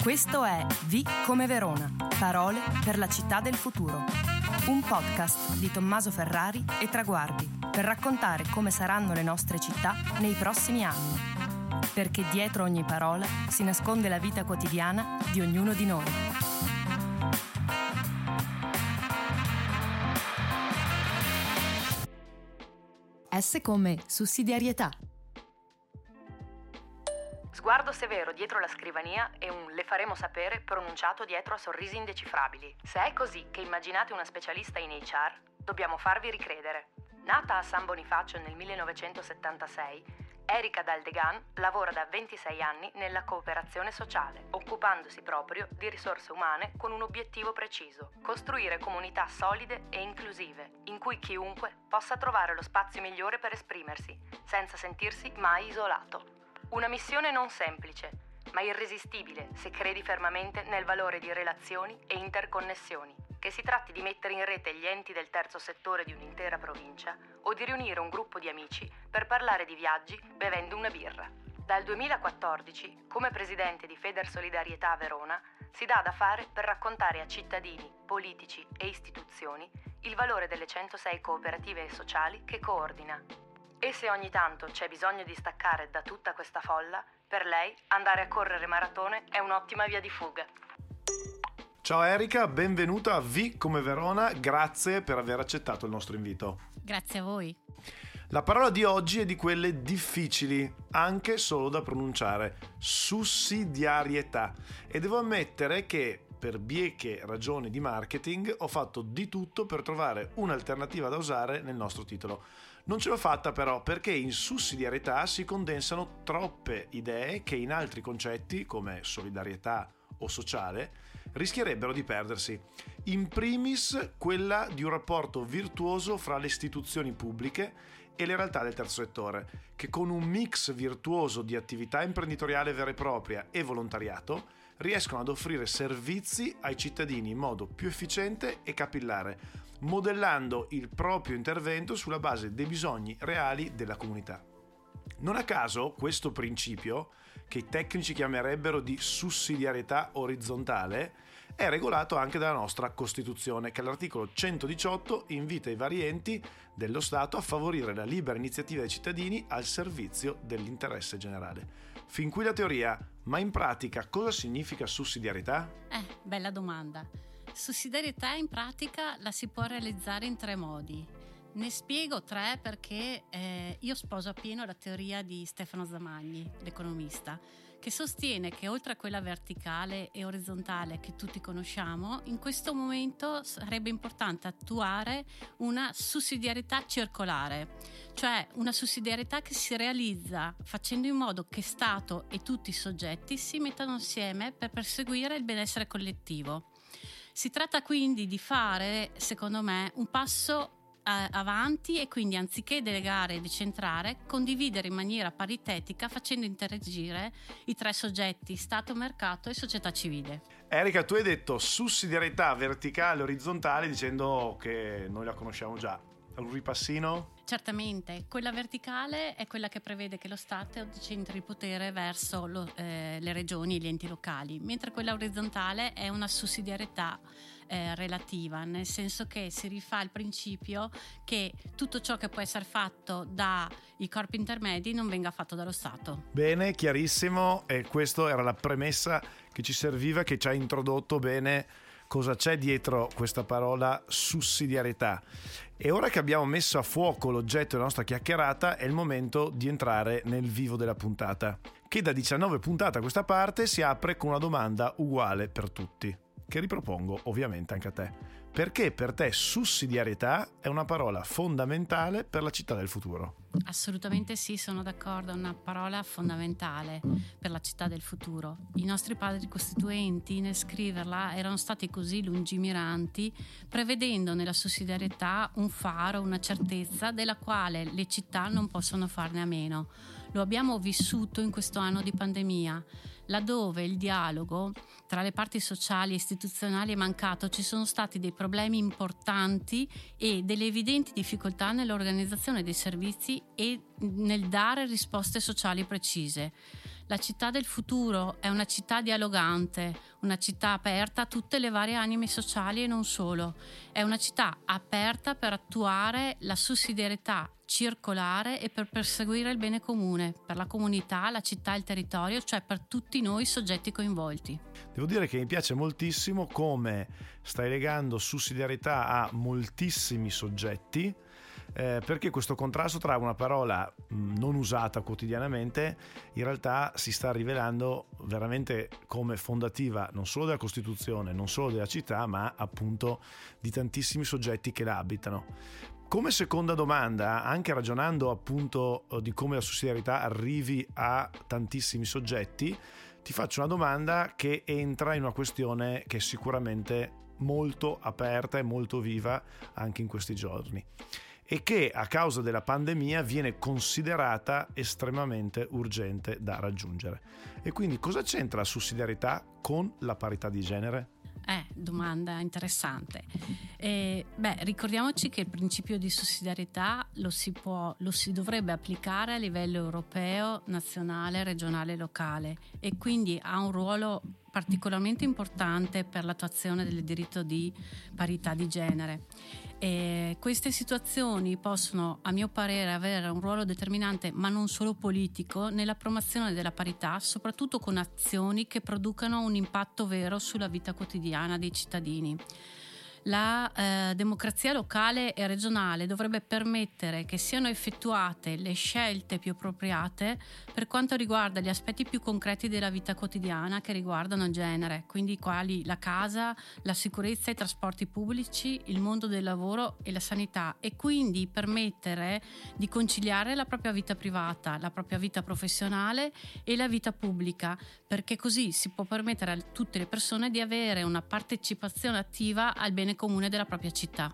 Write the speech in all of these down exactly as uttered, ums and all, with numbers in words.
Questo è V come Verona, parole per la città del futuro. Un podcast di Tommaso Ferrari e Traguardi per raccontare come saranno le nostre città nei prossimi anni. Perché dietro ogni parola si nasconde la vita quotidiana di ognuno di noi. S come sussidiarietà. Sguardo severo dietro la scrivania e un le faremo sapere pronunciato dietro a sorrisi indecifrabili. Se è così che immaginate una specialista in H R, dobbiamo farvi ricredere. Nata a San Bonifacio nel millenovecentosettantasei, Erika Daldegan lavora da ventisei anni nella cooperazione sociale, occupandosi proprio di risorse umane con un obiettivo preciso: costruire comunità solide e inclusive, in cui chiunque possa trovare lo spazio migliore per esprimersi, senza sentirsi mai isolato. Una missione non semplice, ma irresistibile se credi fermamente nel valore di relazioni e interconnessioni. Che si tratti di mettere in rete gli enti del terzo settore di un'intera provincia o di riunire un gruppo di amici per parlare di viaggi bevendo una birra. Dal duemilaquattordici, come presidente di Federsolidarietà Verona, si dà da fare per raccontare a cittadini, politici e istituzioni il valore delle centosei cooperative sociali che coordina. E se ogni tanto c'è bisogno di staccare da tutta questa folla, per lei andare a correre maratone è un'ottima via di fuga. Ciao Erika, benvenuta a V come Verona, grazie per aver accettato il nostro invito. Grazie a voi. La parola di oggi è di quelle difficili, anche solo da pronunciare: sussidiarietà. E devo ammettere che, per bieche ragioni di marketing, ho fatto di tutto per trovare un'alternativa da usare nel nostro titolo. Non ce l'ho fatta però perché in sussidiarietà si condensano troppe idee che in altri concetti, come solidarietà o sociale, rischierebbero di perdersi. In primis quella di un rapporto virtuoso fra le istituzioni pubbliche e le realtà del terzo settore, che con un mix virtuoso di attività imprenditoriale vera e propria e volontariato riescono ad offrire servizi ai cittadini in modo più efficiente e capillare, modellando il proprio intervento sulla base dei bisogni reali della comunità. Non a caso questo principio, che i tecnici chiamerebbero di sussidiarietà orizzontale, è regolato anche dalla nostra Costituzione, che all'articolo centodiciotto invita i vari enti dello Stato a favorire la libera iniziativa dei cittadini al servizio dell'interesse generale. Fin qui la teoria, ma in pratica cosa significa sussidiarietà? Eh, bella domanda. Sussidiarietà in pratica la si può realizzare in tre modi. Ne spiego tre perché eh, io sposo appieno la teoria di Stefano Zamagni, l'economista, che sostiene che oltre a quella verticale e orizzontale che tutti conosciamo, in questo momento sarebbe importante attuare una sussidiarietà circolare, cioè una sussidiarietà che si realizza facendo in modo che Stato e tutti i soggetti si mettano insieme per perseguire il benessere collettivo. Si tratta quindi di fare, secondo me, un passo avanti e quindi, anziché delegare e decentrare, condividere in maniera paritetica, facendo interagire i tre soggetti: Stato, mercato e società civile. Erika, tu hai detto sussidiarietà verticale orizzontale dicendo che noi la conosciamo già. Un ripassino? Certamente, quella verticale è quella che prevede che lo Stato decentri il potere verso lo, eh, le regioni e gli enti locali, mentre quella orizzontale è una sussidiarietà eh, relativa, nel senso che si rifà al principio che tutto ciò che può essere fatto dai corpi intermedi non venga fatto dallo Stato. Bene, chiarissimo, e questa era la premessa che ci serviva, che ci ha introdotto bene cosa c'è dietro questa parola sussidiarietà. E ora che abbiamo messo a fuoco l'oggetto della nostra chiacchierata, è il momento di entrare nel vivo della puntata, che da diciannove puntate a questa parte si apre con una domanda uguale per tutti, che ripropongo ovviamente anche a te. Perché per te sussidiarietà è una parola fondamentale per la città del futuro? Assolutamente sì, sono d'accordo, è una parola fondamentale per la città del futuro. I nostri padri costituenti nel scriverla erano stati così lungimiranti, prevedendo nella sussidiarietà un faro, una certezza della quale le città non possono farne a meno. Lo abbiamo vissuto in questo anno di pandemia, laddove il dialogo tra le parti sociali e istituzionali è mancato. Ci sono stati dei problemi importanti e delle evidenti difficoltà nell'organizzazione dei servizi e nel dare risposte sociali precise. La città del futuro è una città dialogante, una città aperta a tutte le varie anime sociali e non solo. È una città aperta per attuare la sussidiarietà circolare e per perseguire il bene comune, per la comunità, la città e il territorio, cioè per tutti noi soggetti coinvolti. Devo dire che mi piace moltissimo come stai legando sussidiarietà a moltissimi soggetti, eh, perché questo contrasto tra una parola mh, non usata quotidianamente in realtà si sta rivelando veramente come fondativa non solo della Costituzione, non solo della città, ma appunto di tantissimi soggetti che la abitano. Come seconda domanda, anche ragionando appunto di come la sussidiarietà arrivi a tantissimi soggetti, ti faccio una domanda che entra in una questione che è sicuramente molto aperta e molto viva anche in questi giorni e che a causa della pandemia viene considerata estremamente urgente da raggiungere. E quindi cosa c'entra la sussidiarietà con la parità di genere? Eh, domanda interessante. Eh, beh, ricordiamoci che il principio di sussidiarietà lo si può, lo si dovrebbe applicare a livello europeo, nazionale, regionale e locale, e quindi ha un ruolo particolarmente importante per l'attuazione del diritto di parità di genere. E queste situazioni possono, a mio parere, avere un ruolo determinante, ma non solo politico, nella promozione della parità, soprattutto con azioni che producano un impatto vero sulla vita quotidiana dei cittadini. La eh, democrazia locale e regionale dovrebbe permettere che siano effettuate le scelte più appropriate per quanto riguarda gli aspetti più concreti della vita quotidiana che riguardano il genere, quindi quali la casa, la sicurezza, i trasporti pubblici, il mondo del lavoro e la sanità, e quindi permettere di conciliare la propria vita privata, la propria vita professionale e la vita pubblica, perché così si può permettere a tutte le persone di avere una partecipazione attiva al bene comune della propria città.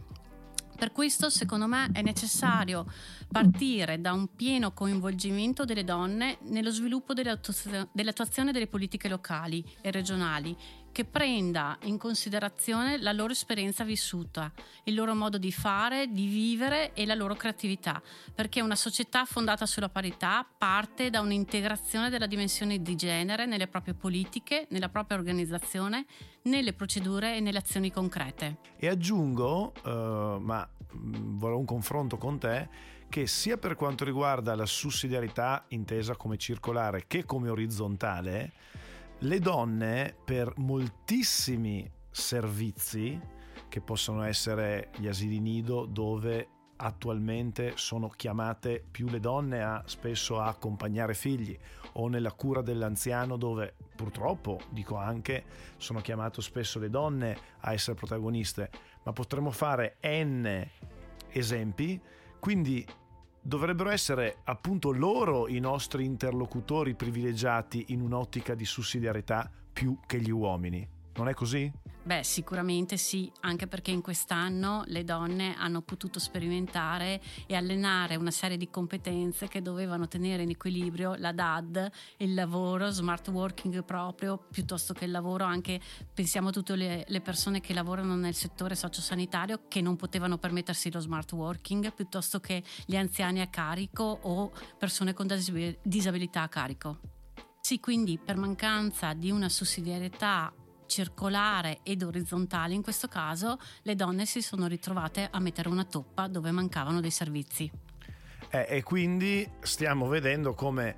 Per questo, secondo me, è necessario partire da un pieno coinvolgimento delle donne nello sviluppo dell'attuazione delle politiche locali e regionali, che prenda in considerazione la loro esperienza vissuta, il loro modo di fare, di vivere e la loro creatività, perché una società fondata sulla parità parte da un'integrazione della dimensione di genere nelle proprie politiche, nella propria organizzazione, nelle procedure e nelle azioni concrete. E aggiungo, uh, ma mh, vorrei un confronto con te, che sia per quanto riguarda la sussidiarietà intesa come circolare che come orizzontale, le donne per moltissimi servizi, che possono essere gli asili nido, dove attualmente sono chiamate più le donne a spesso a accompagnare figli, o nella cura dell'anziano, dove purtroppo, dico anche, sono chiamate spesso le donne a essere protagoniste, ma potremmo fare n esempi. Quindi dovrebbero essere appunto loro i nostri interlocutori privilegiati in un'ottica di sussidiarietà più che gli uomini. Non è così? Beh, sicuramente sì, anche perché in quest'anno le donne hanno potuto sperimentare e allenare una serie di competenze che dovevano tenere in equilibrio la D A D, il lavoro, smart working proprio, piuttosto che il lavoro anche, pensiamo a tutte le, le persone che lavorano nel settore sociosanitario che non potevano permettersi lo smart working, piuttosto che gli anziani a carico o persone con disabilità a carico. Sì, quindi per mancanza di una sussidiarietà circolare ed orizzontale, in questo caso le donne si sono ritrovate a mettere una toppa dove mancavano dei servizi. Eh, e quindi stiamo vedendo come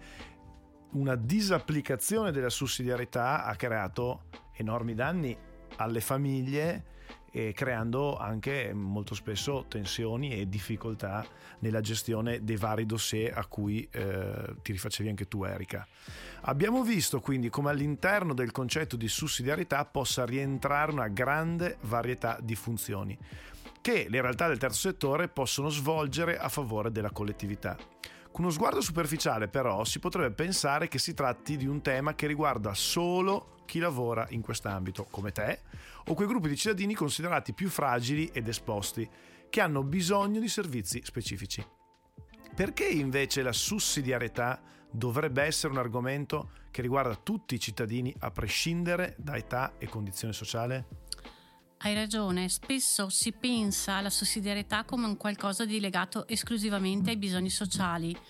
una disapplicazione della sussidiarietà ha creato enormi danni alle famiglie, e creando anche molto spesso tensioni e difficoltà nella gestione dei vari dossier a cui eh, ti rifacevi anche tu, Erika. Abbiamo visto quindi come all'interno del concetto di sussidiarietà possa rientrare una grande varietà di funzioni che le realtà del terzo settore possono svolgere a favore della collettività. Con uno sguardo superficiale, però, si potrebbe pensare che si tratti di un tema che riguarda solo chi lavora in quest'ambito, come te, o quei gruppi di cittadini considerati più fragili ed esposti, che hanno bisogno di servizi specifici. Perché invece la sussidiarietà dovrebbe essere un argomento che riguarda tutti i cittadini, a prescindere da età e condizione sociale? Hai ragione, spesso si pensa alla sussidiarietà come un qualcosa di legato esclusivamente ai bisogni sociali,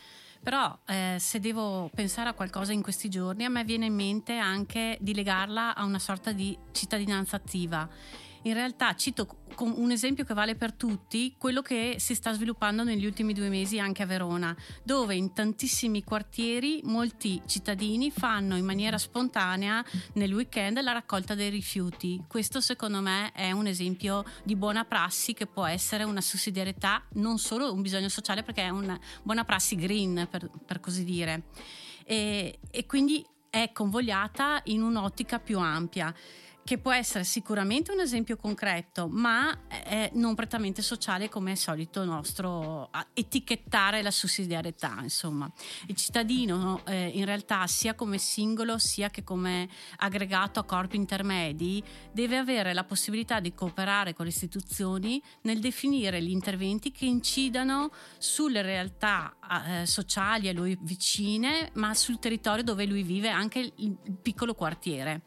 Però eh, se devo pensare a qualcosa in questi giorni, a me viene in mente anche di legarla a una sorta di cittadinanza attiva. In realtà cito un esempio che vale per tutti, quello che si sta sviluppando negli ultimi due mesi anche a Verona, dove in tantissimi quartieri molti cittadini fanno in maniera spontanea nel weekend la raccolta dei rifiuti. Questo secondo me è un esempio di buona prassi che può essere una sussidiarietà, non solo un bisogno sociale, perché è una buona prassi green, per, per così dire, e, e quindi è convogliata in un'ottica più ampia, che può essere sicuramente un esempio concreto, ma è non prettamente sociale come è solito nostro etichettare la sussidiarietà. Insomma, il cittadino eh, in realtà, sia come singolo sia che come aggregato a corpi intermedi, deve avere la possibilità di cooperare con le istituzioni nel definire gli interventi che incidano sulle realtà eh, sociali a lui vicine, ma sul territorio dove lui vive, anche il, il piccolo quartiere.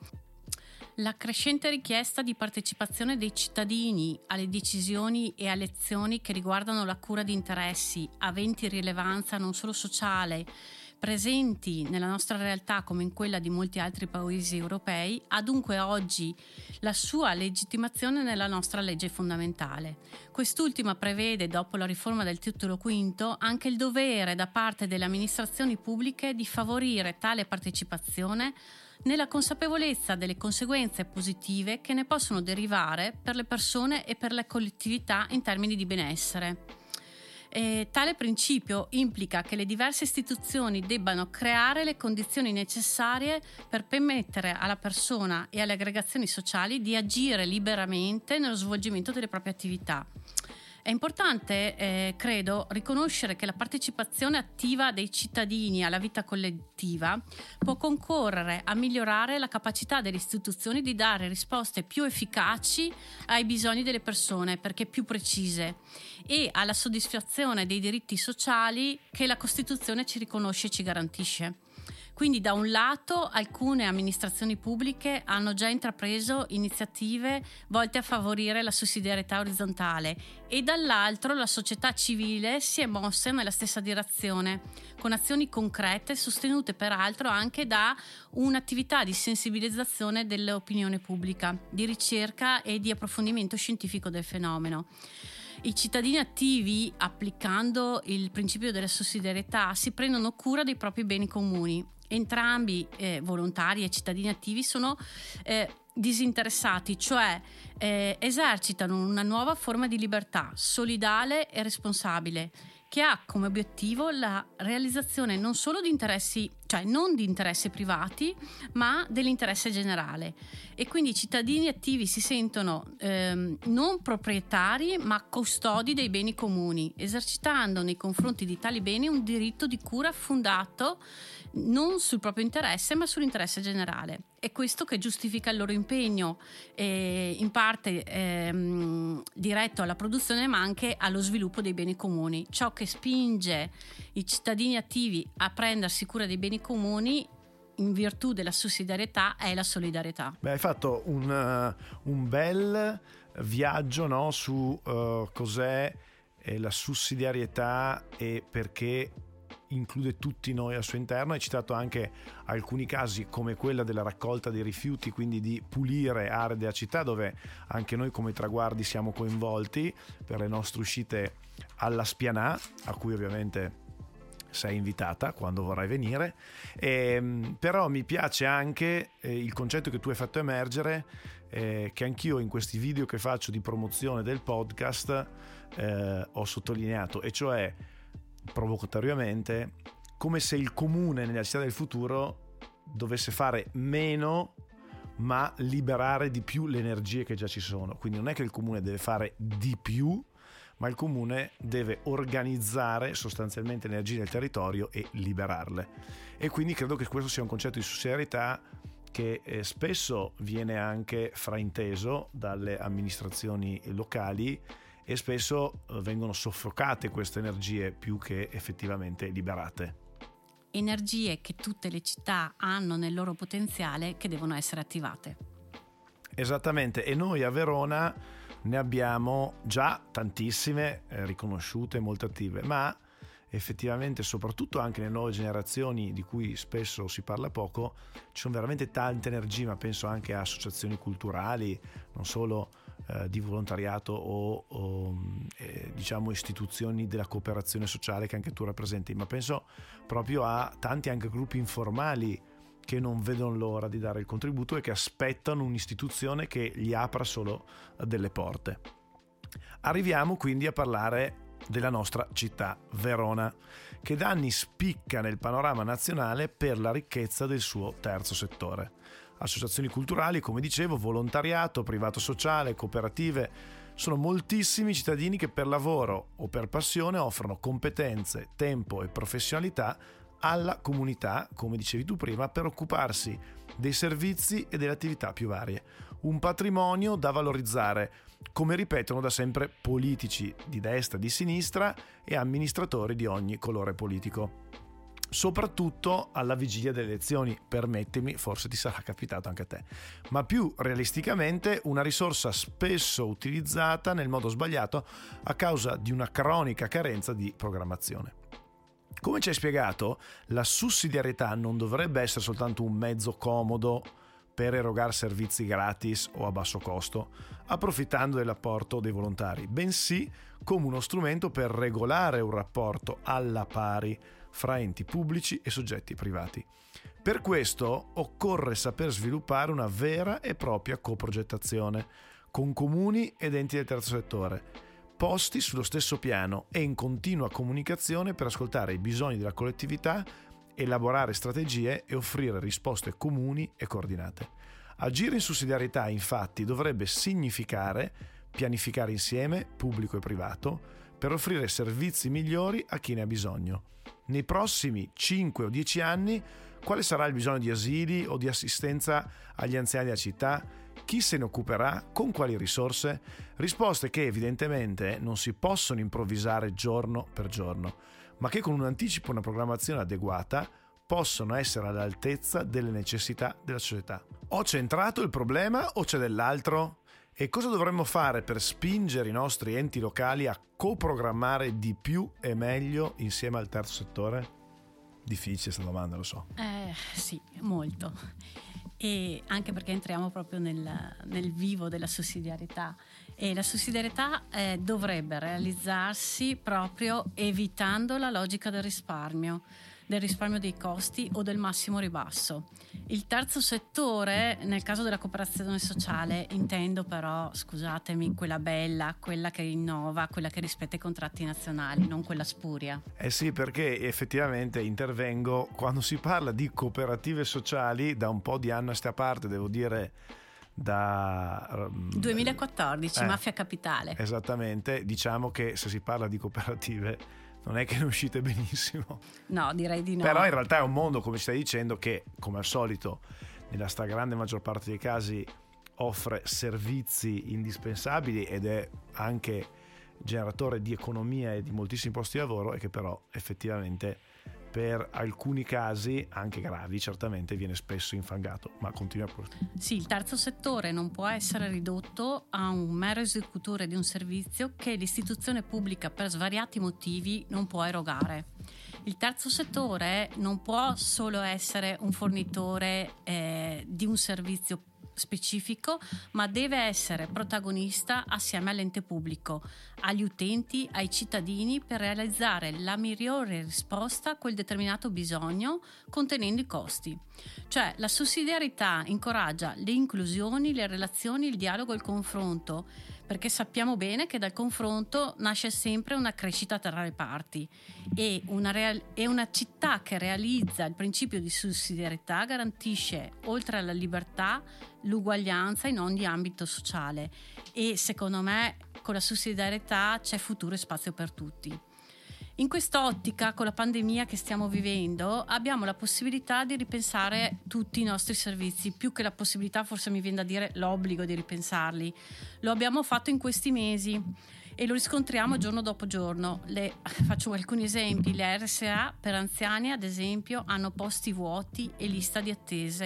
La crescente richiesta di partecipazione dei cittadini alle decisioni e alle azioni che riguardano la cura di interessi aventi rilevanza non solo sociale, presenti nella nostra realtà come in quella di molti altri paesi europei, ha dunque oggi la sua legittimazione nella nostra legge fondamentale. Quest'ultima prevede, dopo la riforma del titolo quinto, anche il dovere da parte delle amministrazioni pubbliche di favorire tale partecipazione nella consapevolezza delle conseguenze positive che ne possono derivare per le persone e per le collettività in termini di benessere. E tale principio implica che le diverse istituzioni debbano creare le condizioni necessarie per permettere alla persona e alle aggregazioni sociali di agire liberamente nello svolgimento delle proprie attività. È importante, eh, credo, riconoscere che la partecipazione attiva dei cittadini alla vita collettiva può concorrere a migliorare la capacità delle istituzioni di dare risposte più efficaci ai bisogni delle persone, perché più precise, e alla soddisfazione dei diritti sociali che la Costituzione ci riconosce e ci garantisce. Quindi da un lato alcune amministrazioni pubbliche hanno già intrapreso iniziative volte a favorire la sussidiarietà orizzontale e dall'altro la società civile si è mossa nella stessa direzione, con azioni concrete sostenute peraltro anche da un'attività di sensibilizzazione dell'opinione pubblica, di ricerca e di approfondimento scientifico del fenomeno. I cittadini attivi, applicando il principio della sussidiarietà, si prendono cura dei propri beni comuni. Entrambi, eh, volontari e cittadini attivi, sono eh, disinteressati, cioè eh, esercitano una nuova forma di libertà solidale e responsabile, che ha come obiettivo la realizzazione non solo di interessi, cioè non di interessi privati, ma dell'interesse generale. E quindi i cittadini attivi si sentono ehm, non proprietari, ma custodi dei beni comuni, esercitando nei confronti di tali beni un diritto di cura fondato non sul proprio interesse, ma sull'interesse generale. È questo che giustifica il loro impegno, eh, in parte ehm, diretto alla produzione, ma anche allo sviluppo dei beni comuni. Ciò che spinge i cittadini attivi a prendersi cura dei beni comuni in virtù della sussidiarietà è la solidarietà. Beh, hai fatto un, uh, un bel viaggio, no, su uh, cos'è eh, la sussidiarietà e perché include tutti noi al suo interno. Hai citato anche alcuni casi come quella della raccolta dei rifiuti, quindi di pulire aree della città, dove anche noi come Traguardi siamo coinvolti per le nostre uscite alla Spianà, a cui ovviamente sei invitata quando vorrai venire. E, però mi piace anche eh, il concetto che tu hai fatto emergere, eh, che anch'io in questi video che faccio di promozione del podcast eh, ho sottolineato, e cioè provocatoriamente, come se il comune nella città del futuro dovesse fare meno ma liberare di più le energie che già ci sono. Quindi non è che il comune deve fare di più, ma il comune deve organizzare sostanzialmente le energie del territorio e liberarle. E quindi credo che questo sia un concetto di sussidiarietà che eh, spesso viene anche frainteso dalle amministrazioni locali, e spesso vengono soffocate queste energie più che effettivamente liberate. Energie che tutte le città hanno nel loro potenziale, che devono essere attivate. Esattamente, e noi a Verona ne abbiamo già tantissime eh, riconosciute, molto attive, ma effettivamente, soprattutto anche nelle nuove generazioni di cui spesso si parla poco, ci sono veramente tante energie, ma penso anche a associazioni culturali, non solo eh, di volontariato o, o eh, diciamo istituzioni della cooperazione sociale che anche tu rappresenti, ma penso proprio a tanti anche gruppi informali che non vedono l'ora di dare il contributo e che aspettano un'istituzione che gli apra solo delle porte. Arriviamo quindi a parlare della nostra città, Verona, che da anni spicca nel panorama nazionale per la ricchezza del suo terzo settore. Associazioni culturali, come dicevo, volontariato, privato sociale, cooperative, sono moltissimi cittadini che per lavoro o per passione offrono competenze, tempo e professionalità alla comunità, come dicevi tu prima, per occuparsi dei servizi e delle attività più varie. Un patrimonio da valorizzare, come ripetono da sempre politici di destra e di sinistra e amministratori di ogni colore politico. Soprattutto alla vigilia delle elezioni, permettimi, forse ti sarà capitato anche a te, ma più realisticamente una risorsa spesso utilizzata nel modo sbagliato a causa di una cronica carenza di programmazione. Come ci hai spiegato, la sussidiarietà non dovrebbe essere soltanto un mezzo comodo per erogare servizi gratis o a basso costo, approfittando dell'apporto dei volontari, bensì come uno strumento per regolare un rapporto alla pari fra enti pubblici e soggetti privati. Per questo occorre saper sviluppare una vera e propria coprogettazione con comuni ed enti del terzo settore, posti sullo stesso piano e in continua comunicazione per ascoltare i bisogni della collettività, elaborare strategie e offrire risposte comuni e coordinate. Agire in sussidiarietà, infatti, dovrebbe significare pianificare insieme, pubblico e privato, per offrire servizi migliori a chi ne ha bisogno. Nei prossimi cinque o dieci anni, quale sarà il bisogno di asili o di assistenza agli anziani della città? Chi se ne occuperà? Con quali risorse? Risposte che evidentemente non si possono improvvisare giorno per giorno, ma che con un anticipo e una programmazione adeguata possono essere all'altezza delle necessità della società. Ho centrato il problema o c'è dell'altro? E cosa dovremmo fare per spingere i nostri enti locali a coprogrammare di più e meglio insieme al terzo settore? Difficile questa domanda, lo so. Eh, sì, molto. E anche perché entriamo proprio nel, nel vivo della sussidiarietà. E la sussidiarietà eh, dovrebbe realizzarsi proprio evitando la logica del risparmio, del risparmio dei costi o del massimo ribasso. Il terzo settore, nel caso della cooperazione sociale, intendo però, scusatemi, quella bella, quella che innova, quella che rispetta i contratti nazionali, non quella spuria. Eh sì, perché effettivamente intervengo quando si parla di cooperative sociali da un po' di anni a sta parte, devo dire da duemilaquattordici, eh, Mafia Capitale. Esattamente, diciamo che se si parla di cooperative non è che ne uscite benissimo. No, direi di no. Però in realtà è un mondo, come ci stai dicendo, che come al solito nella stragrande maggior parte dei casi offre servizi indispensabili ed è anche generatore di economia e di moltissimi posti di lavoro, e che però effettivamente per alcuni casi, anche gravi certamente, viene spesso infangato. Ma continua pure. Sì, il terzo settore non può essere ridotto a un mero esecutore di un servizio che l'istituzione pubblica per svariati motivi non può erogare. Il terzo settore non può solo essere un fornitore eh, di un servizio specifico, ma deve essere protagonista assieme all'ente pubblico, agli utenti, ai cittadini, per realizzare la migliore risposta a quel determinato bisogno contenendo i costi. Cioè la sussidiarietà incoraggia le inclusioni, le relazioni, il dialogo e il confronto, perché sappiamo bene che dal confronto nasce sempre una crescita tra le parti e una, real- e una città che realizza il principio di sussidiarietà garantisce, oltre alla libertà, l'uguaglianza in ogni ambito sociale, e secondo me con la sussidiarietà c'è futuro e spazio per tutti. In quest'ottica, con la pandemia che stiamo vivendo, abbiamo la possibilità di ripensare tutti i nostri servizi, più che la possibilità, forse mi viene da dire l'obbligo di ripensarli. Lo abbiamo fatto in questi mesi e lo riscontriamo giorno dopo giorno. Le, faccio alcuni esempi: le R S A per anziani, ad esempio, hanno posti vuoti e lista di attese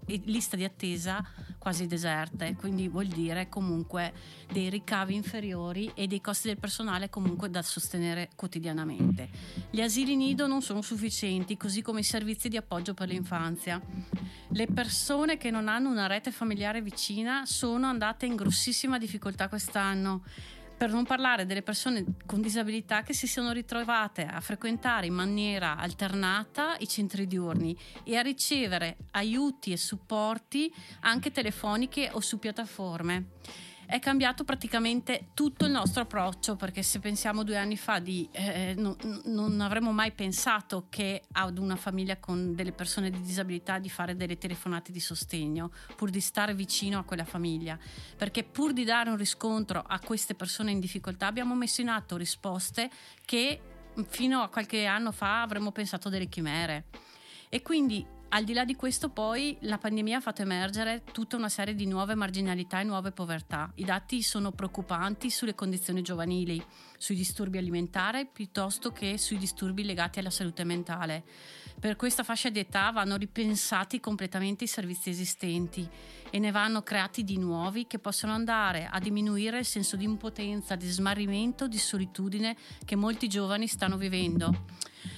lista di attesa quasi deserte, quindi vuol dire comunque dei ricavi inferiori e dei costi del personale comunque da sostenere quotidianamente. Gli asili nido non sono sufficienti, così come i servizi di appoggio per l'infanzia. Le persone che non hanno una rete familiare vicina sono andate in grossissima difficoltà quest'anno. Per non parlare delle persone con disabilità che si sono ritrovate a frequentare in maniera alternata i centri diurni e a ricevere aiuti e supporti anche telefoniche o su piattaforme. È cambiato praticamente tutto il nostro approccio, perché se pensiamo due anni fa di, eh, no, non avremmo mai pensato che ad una famiglia con delle persone di disabilità di fare delle telefonate di sostegno pur di stare vicino a quella famiglia, perché pur di dare un riscontro a queste persone in difficoltà abbiamo messo in atto risposte che fino a qualche anno fa avremmo pensato delle chimere. E quindi al di là di questo poi la pandemia ha fatto emergere tutta una serie di nuove marginalità e nuove povertà. I dati sono preoccupanti sulle condizioni giovanili, sui disturbi alimentari piuttosto che sui disturbi legati alla salute mentale. Per questa fascia di età vanno ripensati completamente i servizi esistenti e ne vanno creati di nuovi che possono andare a diminuire il senso di impotenza, di smarrimento, di solitudine che molti giovani stanno vivendo.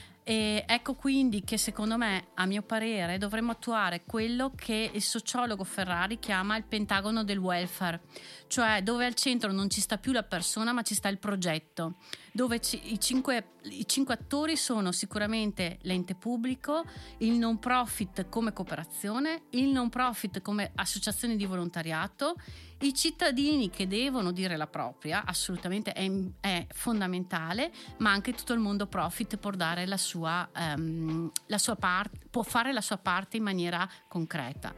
E ecco quindi che secondo me, a mio parere, dovremmo attuare quello che il sociologo Ferrari chiama il pentagono del welfare, cioè dove al centro non ci sta più la persona ma ci sta il progetto, dove ci, i, cinque, i cinque attori sono sicuramente l'ente pubblico, il non profit come cooperazione, il non profit come associazione di volontariato, i cittadini che devono dire la propria, assolutamente è, è fondamentale, ma anche tutto il mondo profit può dare la sua, um, la sua parte, può fare la sua parte in maniera concreta.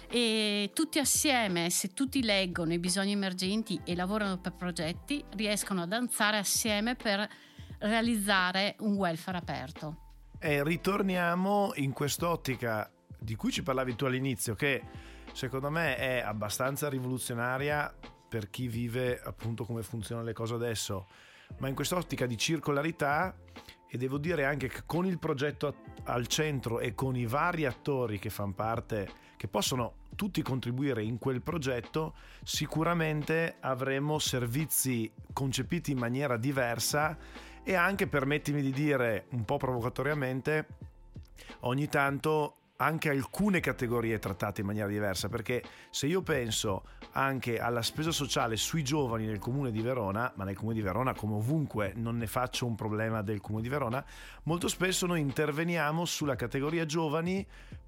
E tutti assieme, se tutti leggono i bisogni emergenti e lavorano per progetti, riescono a danzare assieme per realizzare un welfare aperto. E ritorniamo in quest'ottica di cui ci parlavi tu all'inizio, che secondo me è abbastanza rivoluzionaria per chi vive appunto come funzionano le cose adesso, ma in quest'ottica di circolarità, e devo dire anche che con il progetto al centro e con i vari attori che fanno parte, che possono tutti contribuire in quel progetto, sicuramente avremo servizi concepiti in maniera diversa e anche, permettimi di dire un po' provocatoriamente, ogni tanto anche alcune categorie trattate in maniera diversa, perché se io penso anche alla spesa sociale sui giovani nel comune di Verona, ma nel comune di Verona come ovunque, non ne faccio un problema del comune di Verona, molto spesso noi interveniamo sulla categoria giovani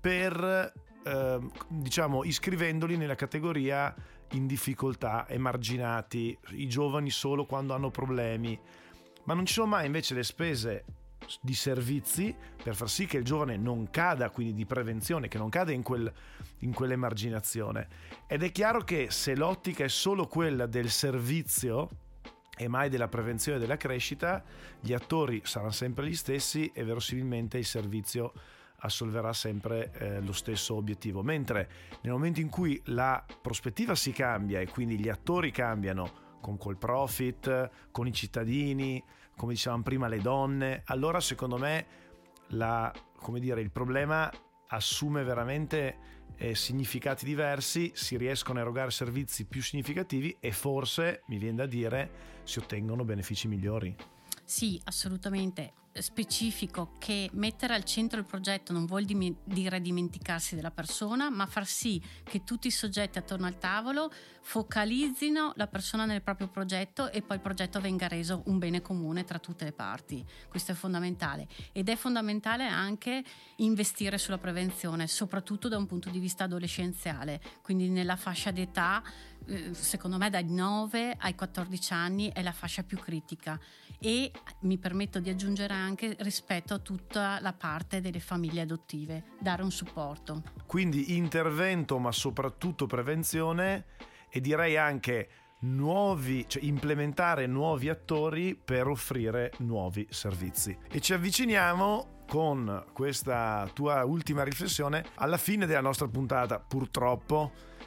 per eh, diciamo iscrivendoli nella categoria in difficoltà, emarginati, i giovani solo quando hanno problemi, ma non ci sono mai invece le spese di servizi per far sì che il giovane non cada, quindi di prevenzione, che non cada in, quel, in quell'emarginazione. Ed è chiaro che se l'ottica è solo quella del servizio e mai della prevenzione e della crescita, gli attori saranno sempre gli stessi e verosimilmente il servizio assolverà sempre eh, lo stesso obiettivo, mentre nel momento in cui la prospettiva si cambia e quindi gli attori cambiano con col profit, con i cittadini, come dicevamo prima, le donne, allora secondo me la, come dire, il problema assume veramente eh, significati diversi, si riescono a erogare servizi più significativi e forse, mi viene da dire, si ottengono benefici migliori. Sì, assolutamente. Specifico che mettere al centro il progetto non vuol dim- dire dimenticarsi della persona, ma far sì che tutti i soggetti attorno al tavolo focalizzino la persona nel proprio progetto e poi il progetto venga reso un bene comune tra tutte le parti. Questo è fondamentale, ed è fondamentale anche investire sulla prevenzione, soprattutto da un punto di vista adolescenziale, quindi nella fascia d'età, secondo me dai nove ai quattordici anni è la fascia più critica, e mi permetto di aggiungere anche rispetto a tutta la parte delle famiglie adottive, dare un supporto. Quindi intervento, ma soprattutto prevenzione, e direi anche nuovi, cioè implementare nuovi attori per offrire nuovi servizi. E ci avviciniamo con questa tua ultima riflessione alla fine della nostra puntata, purtroppo.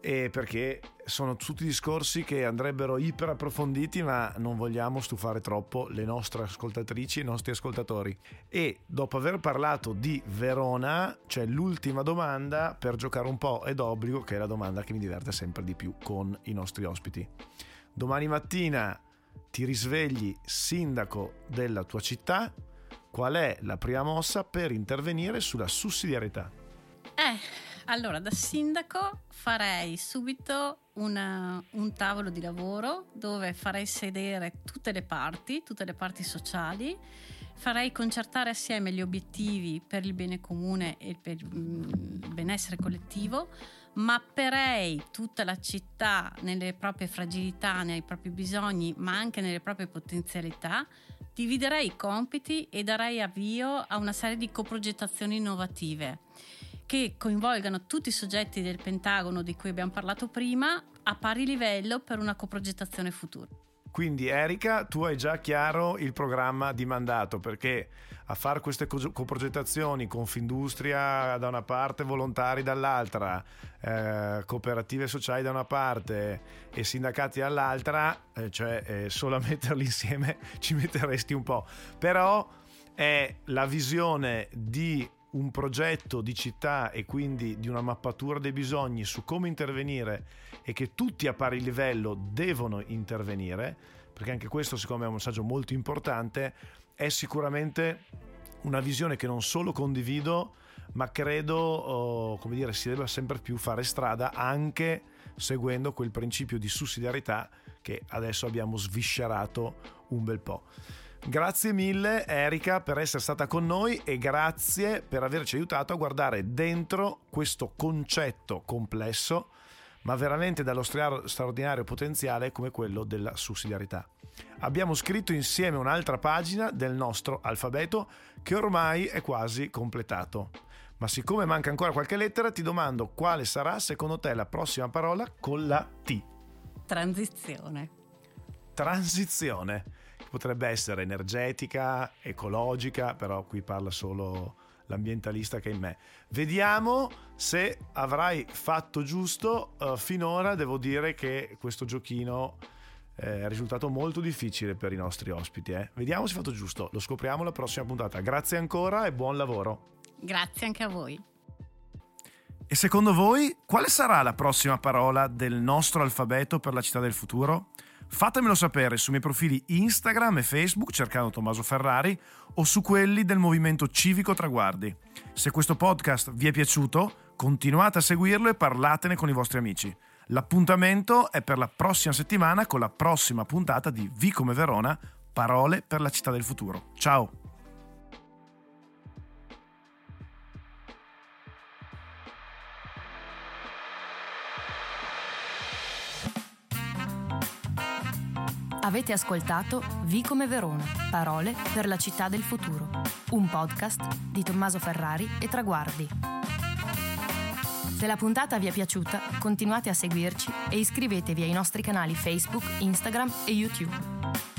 e perché sono tutti discorsi che andrebbero iper approfonditi, ma non vogliamo stufare troppo le nostre ascoltatrici e i nostri ascoltatori. E dopo aver parlato di Verona c'è l'ultima domanda per giocare un po' ed obbligo, che è la domanda che mi diverte sempre di più con i nostri ospiti. Domani mattina ti risvegli sindaco della tua città, qual è la prima mossa per intervenire sulla sussidiarietà? Eh, allora da sindaco farei subito una, un tavolo di lavoro dove farei sedere tutte le parti, tutte le parti sociali, farei concertare assieme gli obiettivi per il bene comune e per il benessere collettivo, mapperei tutta la città nelle proprie fragilità, nei propri bisogni, ma anche nelle proprie potenzialità, dividerei i compiti e darei avvio a una serie di coprogettazioni innovative che coinvolgano tutti i soggetti del Pentagono di cui abbiamo parlato prima a pari livello per una coprogettazione futura. Quindi Erika, tu hai già chiaro il programma di mandato, perché a fare queste coprogettazioni, Confindustria da una parte, volontari dall'altra, eh, cooperative sociali da una parte e sindacati dall'altra, eh, cioè eh, solo a metterli insieme ci metteresti un po', però è la visione di un progetto di città e quindi di una mappatura dei bisogni su come intervenire e che tutti a pari livello devono intervenire, perché anche questo secondo me è un messaggio molto importante. È sicuramente una visione che non solo condivido, ma credo oh, come dire, si deve sempre più fare strada anche seguendo quel principio di sussidiarietà che adesso abbiamo sviscerato un bel po'. Grazie mille Erika per essere stata con noi e grazie per averci aiutato a guardare dentro questo concetto complesso ma veramente dallo straordinario potenziale come quello della sussidiarietà. Abbiamo scritto insieme un'altra pagina del nostro alfabeto che ormai è quasi completato. Ma siccome manca ancora qualche lettera, ti domando quale sarà secondo te la prossima parola con la T. Transizione. Transizione. Potrebbe essere energetica, ecologica, però qui parla solo l'ambientalista che è in me. Vediamo se avrai fatto giusto. Uh, finora devo dire che questo giochino è risultato molto difficile per i nostri ospiti. Eh. Vediamo se hai fatto giusto. Lo scopriamo alla prossima puntata. Grazie ancora e buon lavoro. Grazie anche a voi. E secondo voi quale sarà la prossima parola del nostro alfabeto per la città del futuro? Fatemelo sapere sui miei profili Instagram e Facebook cercando Tommaso Ferrari o su quelli del Movimento Civico Traguardi. Se questo podcast vi è piaciuto, continuate a seguirlo e parlatene con i vostri amici. L'appuntamento è per la prossima settimana con la prossima puntata di V come Verona, parole per la città del futuro. Ciao! Avete ascoltato V come Verona, parole per la città del futuro, un podcast di Tommaso Ferrari e Traguardi. Se la puntata vi è piaciuta, continuate a seguirci e iscrivetevi ai nostri canali Facebook, Instagram e YouTube.